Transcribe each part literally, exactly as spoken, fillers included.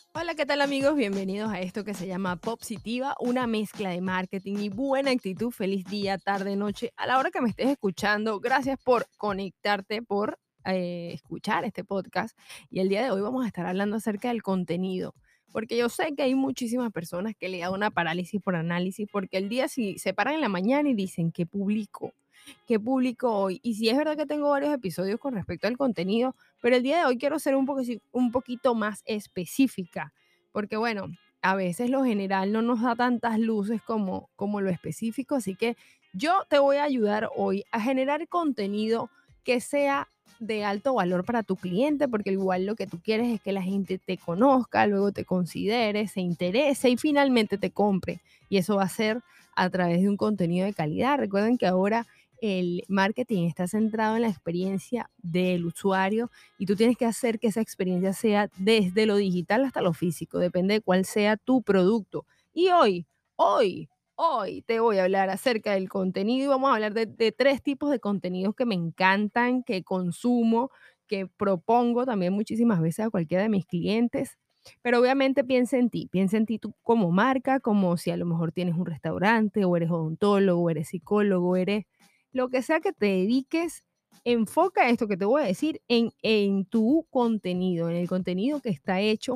Hola, ¿qué tal amigos? Bienvenidos a esto que se llama Popsitiva, una mezcla de marketing y buena actitud. Feliz día, tarde, noche, a la hora que me estés escuchando. Gracias por conectarte, por eh, escuchar este podcast. Y el día de hoy vamos a estar hablando acerca del contenido, porque yo sé que hay muchísimas personas que le da una parálisis por análisis, porque el día si se paran en la mañana y dicen, ¿qué publico? ¿Qué publico hoy? Y si es verdad que tengo varios episodios con respecto al contenido, pero el día de hoy quiero ser un, poco, un poquito más específica, porque bueno, a veces lo general no nos da tantas luces como, como lo específico, así que yo te voy a ayudar hoy a generar contenido que sea de alto valor para tu cliente, porque igual lo que tú quieres es que la gente te conozca, luego te considere, se interese y finalmente te compre. Y eso va a ser a través de un contenido de calidad. Recuerden que ahora el marketing está centrado en la experiencia del usuario y tú tienes que hacer que esa experiencia sea desde lo digital hasta lo físico, depende de cuál sea tu producto. Y hoy, hoy, hoy te voy a hablar acerca del contenido y vamos a hablar de, de tres tipos de contenidos que me encantan, que consumo, que propongo también muchísimas veces a cualquiera de mis clientes. Pero obviamente piensa en ti, piensa en ti tú como marca, como si a lo mejor tienes un restaurante o eres odontólogo, o eres psicólogo, eres lo que sea que te dediques, enfoca esto que te voy a decir en, en tu contenido, en el contenido que está hecho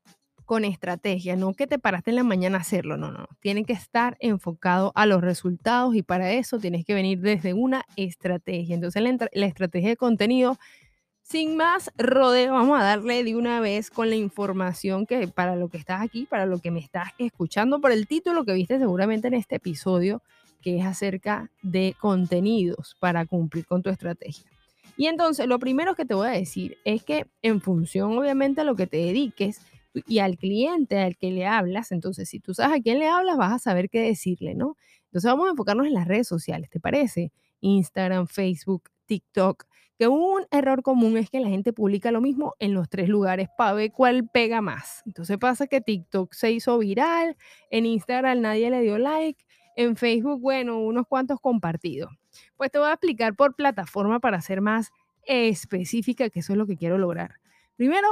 con estrategia, no que te paraste en la mañana a hacerlo, no, no, tiene que estar enfocado a los resultados y para eso tienes que venir desde una estrategia. Entonces la, la estrategia de contenido, sin más rodeo, vamos a darle de una vez con la información que para lo que estás aquí, para lo que me estás escuchando, por el título que viste seguramente en este episodio, que es acerca de contenidos para cumplir con tu estrategia. Y entonces, lo primero que te voy a decir es que en función, obviamente, a lo que te dediques y al cliente al que le hablas, entonces, si tú sabes a quién le hablas, vas a saber qué decirle, ¿no? Entonces, vamos a enfocarnos en las redes sociales, ¿te parece? Instagram, Facebook, TikTok, que un error común es que la gente publica lo mismo en los tres lugares para ver cuál pega más. Entonces pasa que TikTok se hizo viral, en Instagram nadie le dio like, en Facebook, bueno, unos cuantos compartidos. Pues te voy a explicar por plataforma para ser más específica, que eso es lo que quiero lograr. Primero,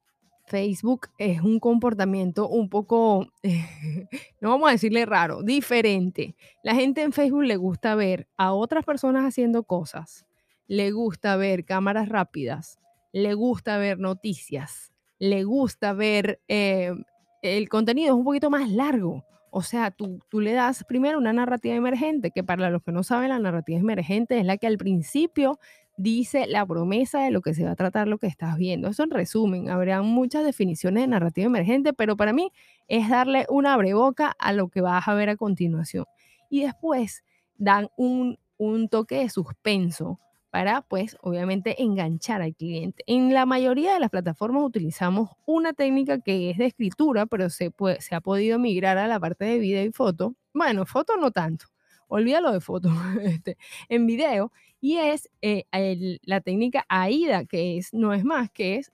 Facebook es un comportamiento un poco, eh, no vamos a decirle raro, diferente. La gente en Facebook le gusta ver a otras personas haciendo cosas, le gusta ver cámaras rápidas, le gusta ver noticias, le gusta ver eh, el contenido es un poquito más largo. O sea, tú, tú le das primero una narrativa emergente, que para los que no saben, la narrativa emergente es la que al principio dice la promesa de lo que se va a tratar lo que estás viendo. Eso en resumen, habrá muchas definiciones de narrativa emergente, pero para mí es darle una abreboca a lo que vas a ver a continuación. Y después dan un, un toque de suspenso para, pues, obviamente enganchar al cliente. En la mayoría de las plataformas utilizamos una técnica que es de escritura, pero se, puede, se ha podido migrar a la parte de video y foto. Bueno, foto no tanto, olvídalo de foto, este, en video y es eh, el- la técnica AIDA, que es, no es más que es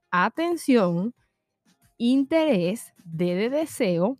atención, interés, D de deseo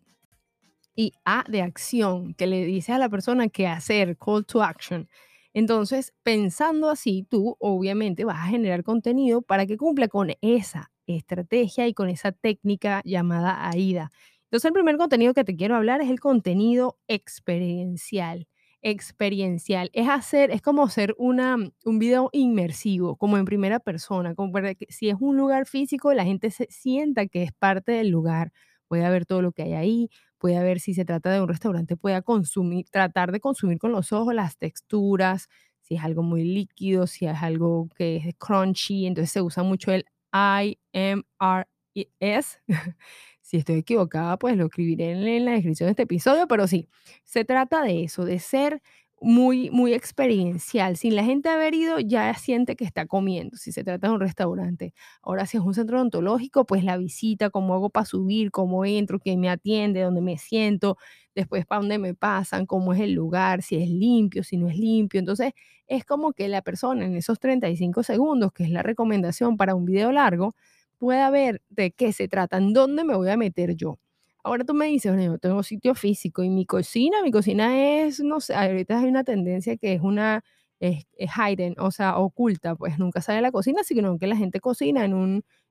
y A de acción, que le dice a la persona qué hacer, call to action. Entonces, pensando así, tú obviamente vas a generar contenido para que cumpla con esa estrategia y con esa técnica llamada AIDA. Entonces, el primer contenido que te quiero hablar es el contenido experiencial. Experiencial es hacer, es como hacer una, un video inmersivo, como en primera persona, como para que si es un lugar físico, la gente se sienta que es parte del lugar, puede ver todo lo que hay ahí, puede ver si se trata de un restaurante, pueda consumir, tratar de consumir con los ojos las texturas, si es algo muy líquido, si es algo que es crunchy, entonces se usa mucho el I M R S. Si estoy equivocada, pues lo escribiré en en la descripción de este episodio, pero sí, se trata de eso, de ser muy, muy experiencial. Sin la gente haber ido, ya siente que está comiendo, si se trata de un restaurante. Ahora, si es un centro odontológico, pues la visita, cómo hago para subir, cómo entro, quién me atiende, dónde me siento, después para dónde me pasan, cómo es el lugar, si es limpio, si no es limpio. Entonces, es como que la persona en esos treinta y cinco segundos, que es la recomendación para un video largo, pueda ver de qué se trata, en dónde me voy a meter yo. Ahora tú me dices, bueno, yo tengo sitio físico y mi cocina, mi cocina es, no sé, ahorita hay una tendencia que es una, es, es hidden, o sea, oculta, pues nunca sale a la cocina, sino que la gente cocina en un,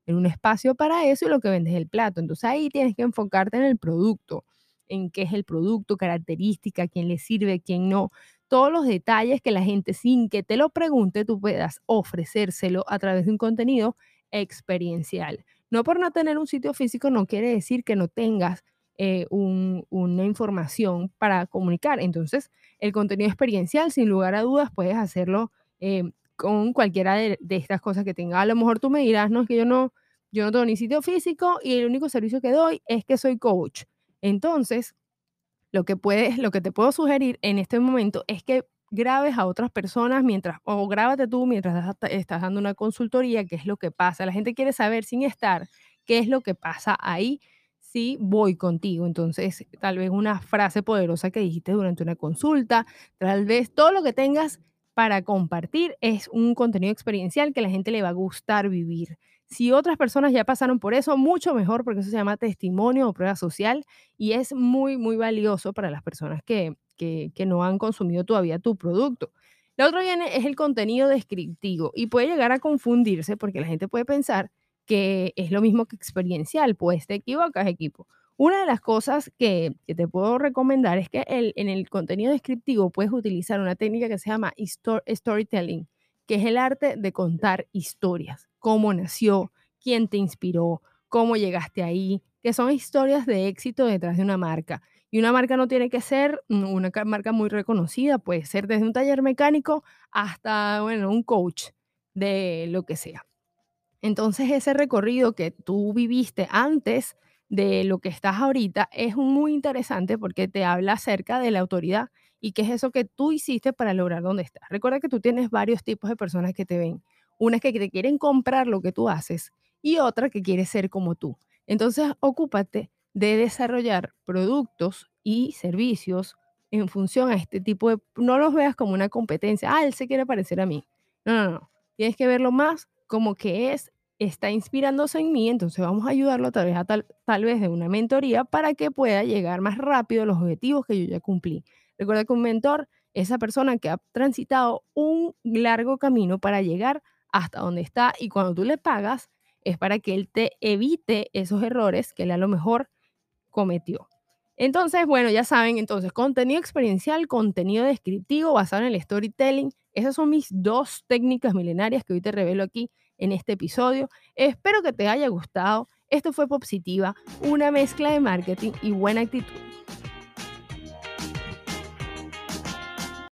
en un espacio para eso y lo que vendes es el plato. Entonces ahí tienes que enfocarte en el producto, en qué es el producto, característica, quién le sirve, quién no. Todos los detalles que la gente sin que te lo pregunte tú puedas ofrecérselo a través de un contenido experiencial. No por no tener un sitio físico no quiere decir que no tengas eh, un- una información para comunicar. Entonces, el contenido experiencial, sin lugar a dudas, puedes hacerlo eh, con cualquiera de, de estas cosas que tenga. A lo mejor tú me dirás, no, es que yo no, yo no tengo ni sitio físico y el único servicio que doy es que soy coach. Entonces, lo que puedes, lo que te puedo sugerir en este momento es que grabes a otras personas mientras, o grábate tú mientras das- estás dando una consultoría, qué es lo que pasa. La gente quiere saber sin estar qué es lo que pasa ahí si voy contigo. Entonces, tal vez una frase poderosa que dijiste durante una consulta, tal vez todo lo que tengas para compartir es un contenido experiencial que a la gente le va a gustar vivir. Si otras personas ya pasaron por eso, mucho mejor, porque eso se llama testimonio o prueba social y es muy, muy valioso para las personas que, que, que no han consumido todavía tu producto. Lo otro viene es el contenido descriptivo y puede llegar a confundirse porque la gente puede pensar que es lo mismo que experiencial, pues te equivocas, equipo. Una de las cosas que, que te puedo recomendar es que el, en el contenido descriptivo puedes utilizar una técnica que se llama histo- storytelling, que es el arte de contar historias, cómo nació, quién te inspiró, cómo llegaste ahí, que son historias de éxito detrás de una marca. Y una marca no tiene que ser mm, una ca- marca muy reconocida, puede ser desde un taller mecánico hasta, bueno, un coach de lo que sea. Entonces, ese recorrido que tú viviste antes de lo que estás ahorita es muy interesante porque te habla acerca de la autoridad y qué es eso que tú hiciste para lograr donde estás. Recuerda que tú tienes varios tipos de personas que te ven. Unas que te quieren comprar lo que tú haces y otra que quiere ser como tú. Entonces, ocúpate de desarrollar productos y servicios en función a este tipo de... No los veas como una competencia. Ah, él se quiere parecer a mí. No, no, no. Tienes que verlo más como que es está inspirándose en mí, entonces vamos a ayudarlo tal vez a tal, tal vez de una mentoría para que pueda llegar más rápido a los objetivos que yo ya cumplí. Recuerda que un mentor es esa persona que ha transitado un largo camino para llegar hasta donde está y cuando tú le pagas es para que él te evite esos errores que él a lo mejor cometió. Entonces, bueno, ya saben, entonces, contenido experiencial, contenido descriptivo basado en el storytelling. Esas son mis dos técnicas milenarias que hoy te revelo aquí en este episodio. Espero que te haya gustado. Esto fue Positiva, una mezcla de marketing y buena actitud.